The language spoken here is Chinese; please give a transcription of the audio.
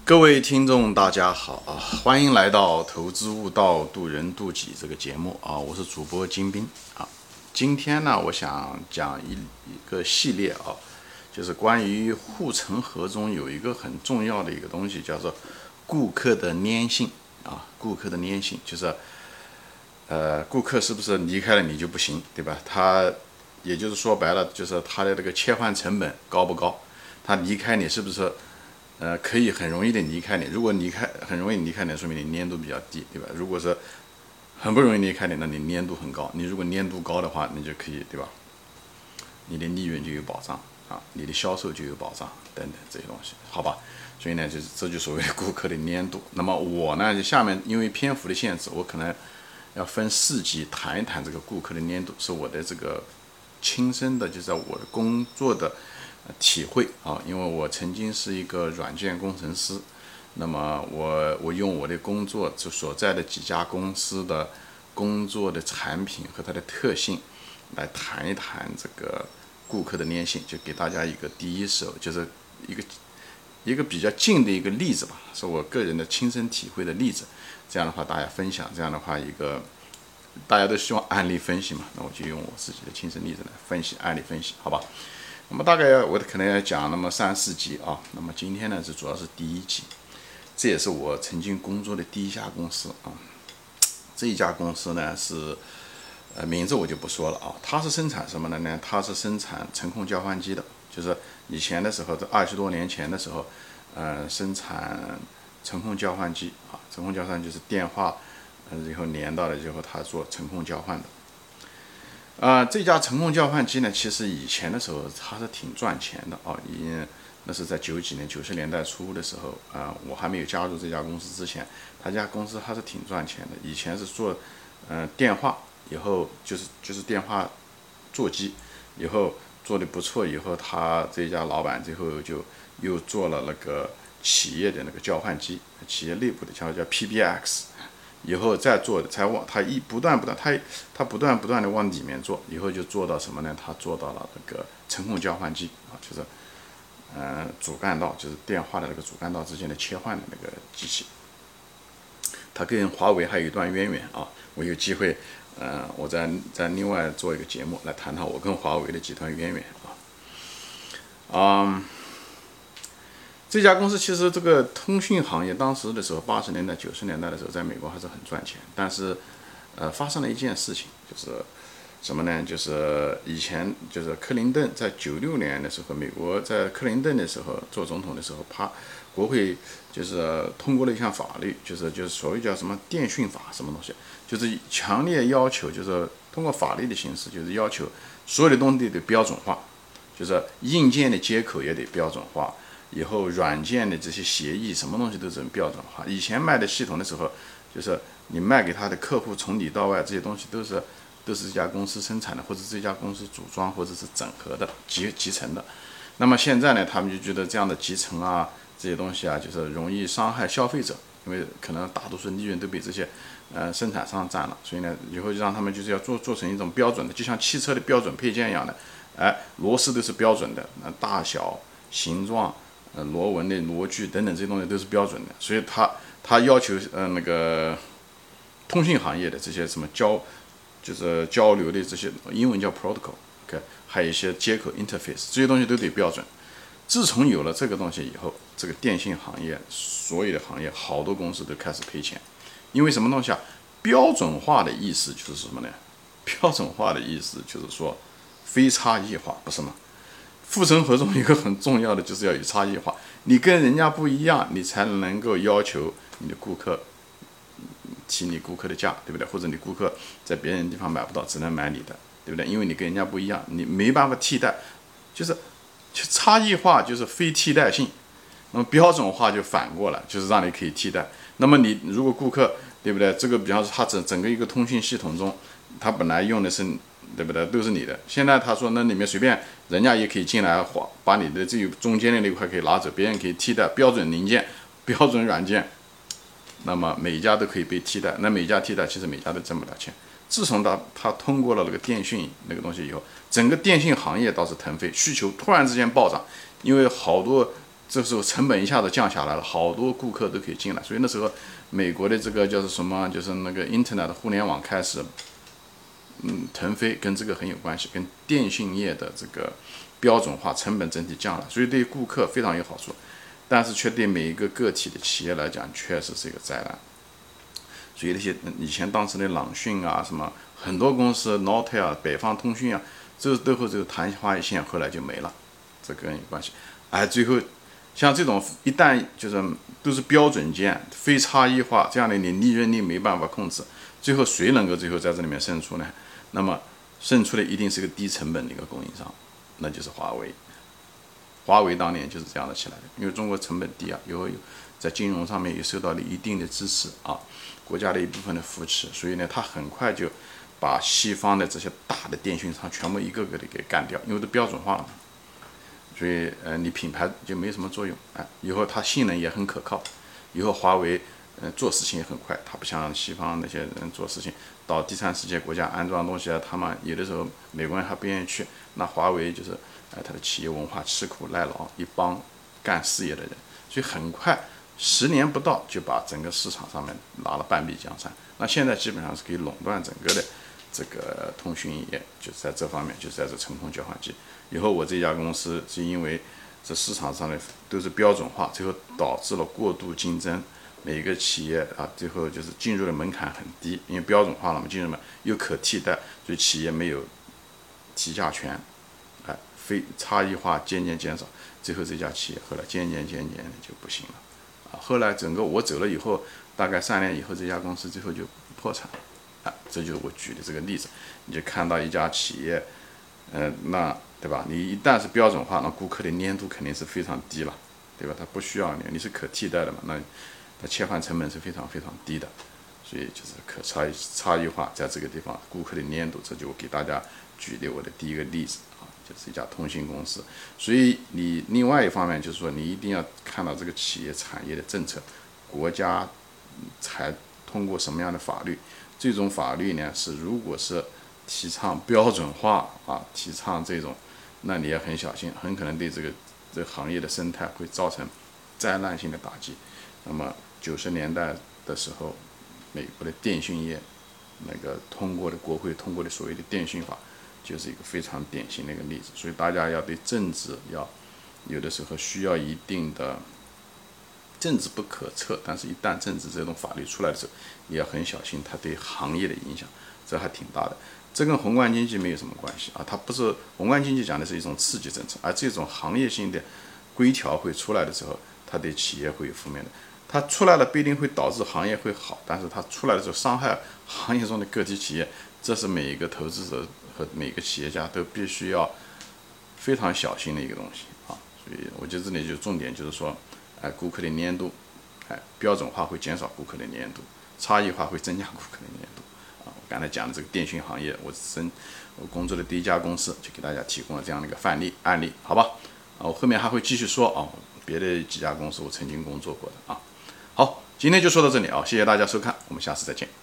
各位听众，大家好啊！欢迎来到《投资悟道，渡人渡己》这个节目啊！我是主播金兵啊。今天呢，我想讲一个系列啊，就是关于护城河中有一个很重要的一个东西，叫做顾客的粘性啊。顾客的粘性就是顾客是不是离开了你就不行，对吧？也就是说白了，就是他的这个切换成本高不高？他离开你是不是？可以很容易的离开你。如果很容易离开你，说明你粘度比较低，对吧？如果是很不容易离开你，那你粘度很高。你如果粘度高的话，你就可以，对吧？你的利润就有保障啊，你的销售就有保障等等这些东西，好吧？所以呢，这就所谓的顾客的粘度。那么我呢，就下面因为篇幅的限制，我可能要分4集谈一谈这个顾客的粘度，是我的这个亲身的，就在我的工作的体会啊，因为我曾经是一个软件工程师，那么我用我的工作所在的几家公司的工作的产品和它的特性来谈一谈这个顾客的粘性，就给大家一个第一手，就是一个比较近的一个例子吧，是我个人的亲身体会的例子。这样的话大家分享，这样的话大家都希望案例分析嘛，那我就用我自己的亲身例子来分析案例分析，好吧？那么大概我可能要讲那么3、4集啊。那么今天呢主要是第1集，这也是我曾经工作的第一家公司啊。这一家公司呢是名字我就不说了啊。它是生产什么的呢？它是生产程控交换机的，就是以前的时候，这20多年前的时候，生产程控交换机啊。程控交换就是电话，以后连到了之后，它做程控交换的。这家程控交换机呢，其实以前的时候它是挺赚钱的啊。那是在90几年、90年代初的时候我还没有加入这家公司之前，他家公司还是挺赚钱的。以前是做电话，以后就是电话座机，以后做的不错，以后他这家老板最后就又做了那个企业的那个交换机，企业内部的叫 PBX。以后再做的才往他不断的往里面做，以后就做到什么呢？他做到了那个程控交换机啊，就是主干道，就是电话的那个主干道之间的切换的那个机器。它跟华为还有一段渊源啊。我有机会我再另外做一个节目来谈谈我跟华为的几段渊源啊。这家公司其实这个通讯行业当时的时候，80年代、90年代的时候，在美国还是很赚钱。但是，发生了一件事情，就是什么呢？就是以前就是克林顿在96年的时候，美国在克林顿的时候做总统的时候，国会就是通过了一项法律，就是所谓叫什么电讯法什么东西，就是强烈要求，就是通过法律的形式，就是要求所有的东西得标准化，就是硬件的接口也得标准化。以后软件的这些协议，什么东西都是标准化。以前卖的系统的时候，就是你卖给他的客户，从里到外这些东西都是这家公司生产的，或者这家公司组装，或者是整合的集成的。那么现在呢，他们就觉得这样的集成啊，这些东西啊，就是容易伤害消费者，因为可能大多数利润都被这些生产商占了。所以呢，以后就让他们就是要做成一种标准的，就像汽车的标准配件一样的，螺丝都是标准的，大小、形状。螺纹的螺距等等这些东西都是标准的，所以他要求那个通讯行业的这些什么就是交流的这些英文叫 protocol， 还有一些接口 interface 这些东西都得标准。自从有了这个东西以后，这个电信行业所有的行业好多公司都开始赔钱，因为什么东西啊？标准化的意思就是什么呢？标准化的意思就是说非差异化，不是吗？护城河中一个很重要的就是要有差异化，你跟人家不一样，你才能够要求你的顾客提你顾客的价，对不对？或者你顾客在别人地方买不到，只能买你的，对不对？因为你跟人家不一样，你没办法替代，就是差异化就是非替代性。那么标准化就反过来，就是让你可以替代。那么你如果顾客，对不对？这个比方说他整个一个通讯系统中，他本来用的是，对不对？都是你的。现在他说那里面随便人家也可以进来，把你的这中间的那块可以拿走，别人可以替代标准零件、标准软件。那么每一家都可以被替代，那每一家替代，其实每家都挣不了钱。自从他通过了那个电讯那个东西以后，整个电信行业倒是腾飞，需求突然之间暴涨，因为好多这时候成本一下子降下来了，好多顾客都可以进来。所以那时候美国的这个叫做什么，就是那个 Internet 互联网开始腾飞，跟这个很有关系，跟电信业的这个标准化，成本整体降了，所以对顾客非常有好处，但是却对每一个个体的企业来讲，确实是一个灾难。所以那些以前当时的朗讯啊，什么很多公司 Nortel 北方通讯啊，这最后这个昙花一现，后来就没了，这跟有关系。最后像这种一旦就是都是标准件、非差异化这样的，你利润率没办法控制，最后谁能够最后在这里面胜出呢？那么胜出的一定是个低成本的一个供应商，那就是华为。华为当年就是这样的起来的，因为中国成本低啊，有在金融上面也受到了一定的支持啊，国家的一部分的扶持，所以呢，它很快就把西方的这些大的电信商全部一个个的给干掉，因为都标准化了嘛，所以你品牌就没什么作用，以后它性能也很可靠，以后华为做事情也很快，它不像西方那些人做事情，到第三世界国家安装东西啊，他们有的时候美国人还不愿意去，那华为就是它的企业文化吃苦耐劳，一帮干事业的人，所以很快10年不到就把整个市场上面拿了半壁江山。那现在基本上是可以垄断整个的这个通讯业，就是在这方面，就是在这程控交换机。以后我这家公司是因为这市场上的都是标准化，最后导致了过度竞争。每一个企业啊，最后就是进入的门槛很低，因为标准化了嘛，进入嘛又可替代，所以企业没有提价权，非差异化渐渐减少，最后这家企业后来渐渐就不行了，后来整个我走了以后，大概3年以后，这家公司最后就破产，这就是我举的这个例子，你就看到一家企业，那对吧？你一旦是标准化，那顾客的粘度肯定是非常低了，对吧？它不需要你是可替代的嘛，那它切换成本是非常非常低的，所以就是可差异化，在这个地方顾客的粘度，这就我给大家举的我的第一个例子啊，就是一家通信公司。所以你另外一方面就是说，你一定要看到这个企业产业的政策，国家才通过什么样的法律，这种法律呢是如果是提倡标准化提倡这种，那你也很小心，很可能对这个行业的生态会造成灾难性的打击。那么90年代的时候，美国的电讯业那个国会通过的所谓的电讯法，就是一个非常典型的一个例子。所以大家要对政治要有的时候需要一定的政治不可测，但是一旦政治这种法律出来的时候，也要很小心它对行业的影响，这还挺大的。这跟宏观经济没有什么关系啊，它不是宏观经济讲的是一种刺激政策，而这种行业性的规条会出来的时候，它对企业会有负面的。它出来了不一定会导致行业会好，但是它出来的时候伤害行业中的个体企业，这是每一个投资者和每个企业家都必须要非常小心的一个东西啊。所以我觉得这里就重点就是说，顾客的粘度，标准化会减少顾客的粘度，差异化会增加顾客的粘度啊。我刚才讲的这个电讯行业，我工作的第一家公司就给大家提供了这样的一个案例，好吧？我后面还会继续说啊，别的几家公司我曾经工作过的啊。好，今天就说到这里啊，谢谢大家收看，我们下次再见。